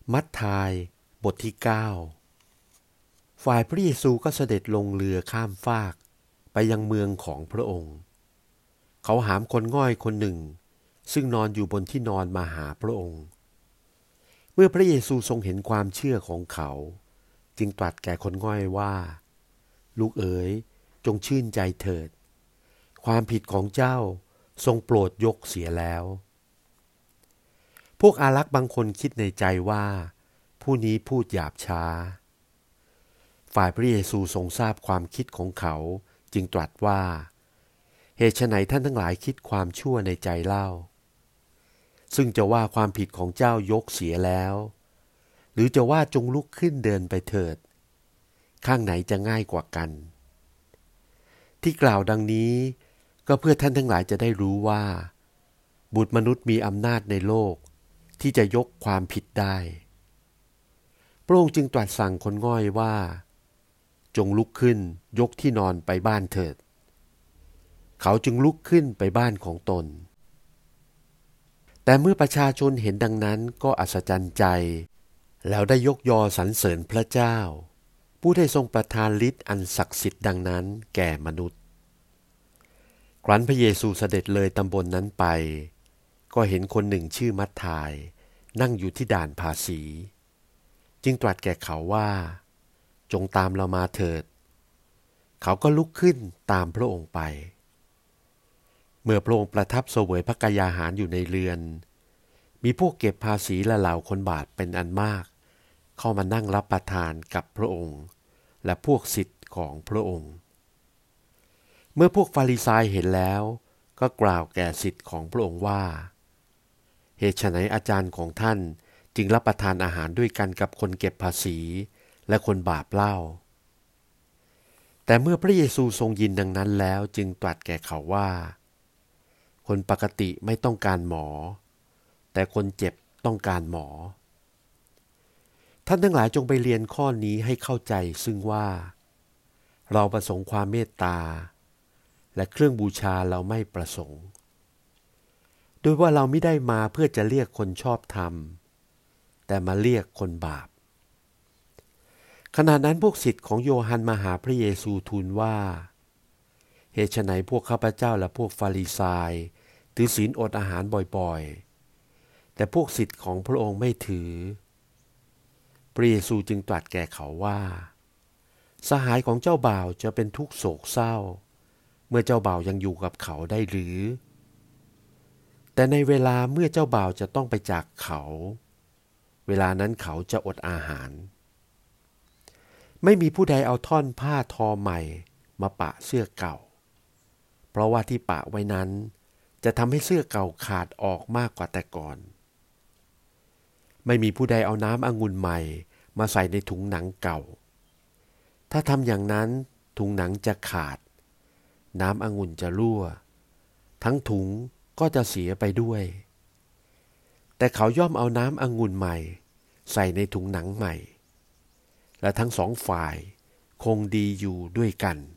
มัทธิวบทที่9ฝ่ายพระเยซูก็เสด็จลงเรือข้ามฟากไปยังเมืองของพระองค์เขาหามคนง่อยคนหนึ่งซึ่งนอนอยู่บนที่นอนมาหาพระองค์เมื่อพระเยซูทรงเห็นความเชื่อของเขาจึงตรัสแก่คนง่อยว่าลูกเอ๋ยจงชื่นใจเถิดความผิดของเจ้าทรงโปรดยกเสียแล้วพวกอารักษ์บางคนคิดในใจว่าผู้นี้พูดหยาบช้าฝ่ายพระเยซูทรงทราบความคิดของเขาจึงตรัสว่าเหตุไฉนท่านทั้งหลายคิดความชั่วในใจเล่าซึ่งจะว่าความผิดของเจ้ายกเสียแล้วหรือจะว่าจงลุกขึ้นเดินไปเถิดข้างไหนจะง่ายกว่ากันที่กล่าวดังนี้ก็เพื่อท่านทั้งหลายจะได้รู้ว่าบุตรมนุษย์มีอำนาจในโลกที่จะยกความผิดได้พระองค์จึงตรัสสั่งคนง่อยว่าจงลุกขึ้นยกที่นอนไปบ้านเถิดเขาจึงลุกขึ้นไปบ้านของตนแต่เมื่อประชาชนเห็นดังนั้นก็อัศจรรย์ใจแล้วได้ยกยอสรรเสริญพระเจ้าผู้ได้ทรงประทานฤทธิ์อันศักดิ์สิทธิ์ดังนั้นแก่มนุษย์ครั้นพระเยซูเสด็จเลยตำบลนั้นไปก็เห็นคนหนึ่งชื่อมัทธิวนั่งอยู่ที่ด่านภาษีจึงตรัสแก่เขาว่าจงตามเรามาเถิดเขาก็ลุกขึ้นตามพระองค์ไปเมื่อพระองค์ประทับเสวยพระกายาหารอยู่ในเรือนมีพวกเก็บภาษีและเหล่าคนบาปเป็นอันมากเข้ามานั่งรับประทานกับพระองค์และพวกศิษย์ของพระองค์เมื่อพวกฟาริสัยเห็นแล้วก็กล่าวแก่ศิษย์ของพระองค์ว่าเหตุไฉนอาจารย์ของท่านจึงรับประทานอาหารด้วยกันกับคนเก็บภาษีและคนบาปเล่าแต่เมื่อพระเยซูทรงยินดังนั้นแล้วจึงตรัสแก่เขาว่าคนปกติไม่ต้องการหมอแต่คนเจ็บต้องการหมอท่านทั้งหลายจงไปเรียนข้อนี้ให้เข้าใจซึ่งว่าเราประสงค์ความเมตตาและเครื่องบูชาเราไม่ประสงค์โดยว่าเราไม่ได้มาเพื่อจะเรียกคนชอบธรรมแต่มาเรียกคนบาปขณะนั้นพวกศิษย์ของโยฮันมาหาพระเยซูทูลว่าเหตุไฉนพวกข้าพเจ้าและพวกฟาริสัยถือศีลอดอาหารบ่อยๆแต่พวกศิษย์ของพระองค์ไม่ถือพระเยซูจึงตรัสแก่เขาว่าสหายของเจ้าบ่าวจะเป็นทุกข์โศกเศร้าเมื่อเจ้าบ่าวยังอยู่กับเขาได้หรือแต่ในเวลาเมื่อเจ้าบ่าวจะต้องไปจากเขาเวลานั้นเขาจะอดอาหารไม่มีผู้ใดเอาท่อนผ้าทอใหม่มาปะเสื้อเก่าเพราะว่าที่ปะไว้นั้นจะทำให้เสื้อเก่าขาดออกมากกว่าแต่ก่อนไม่มีผู้ใดเอาน้ำองุ่นใหม่มาใส่ในถุงหนังเก่าถ้าทำอย่างนั้นถุงหนังจะขาดน้ำองุ่นจะรั่วทั้งถุงก็จะเสียไปด้วยแต่เขาย่อมเอาน้ำองุ่นใหม่ใส่ในถุงหนังใหม่และทั้งสองฝ่ายคงดีอยู่ด้วยกัน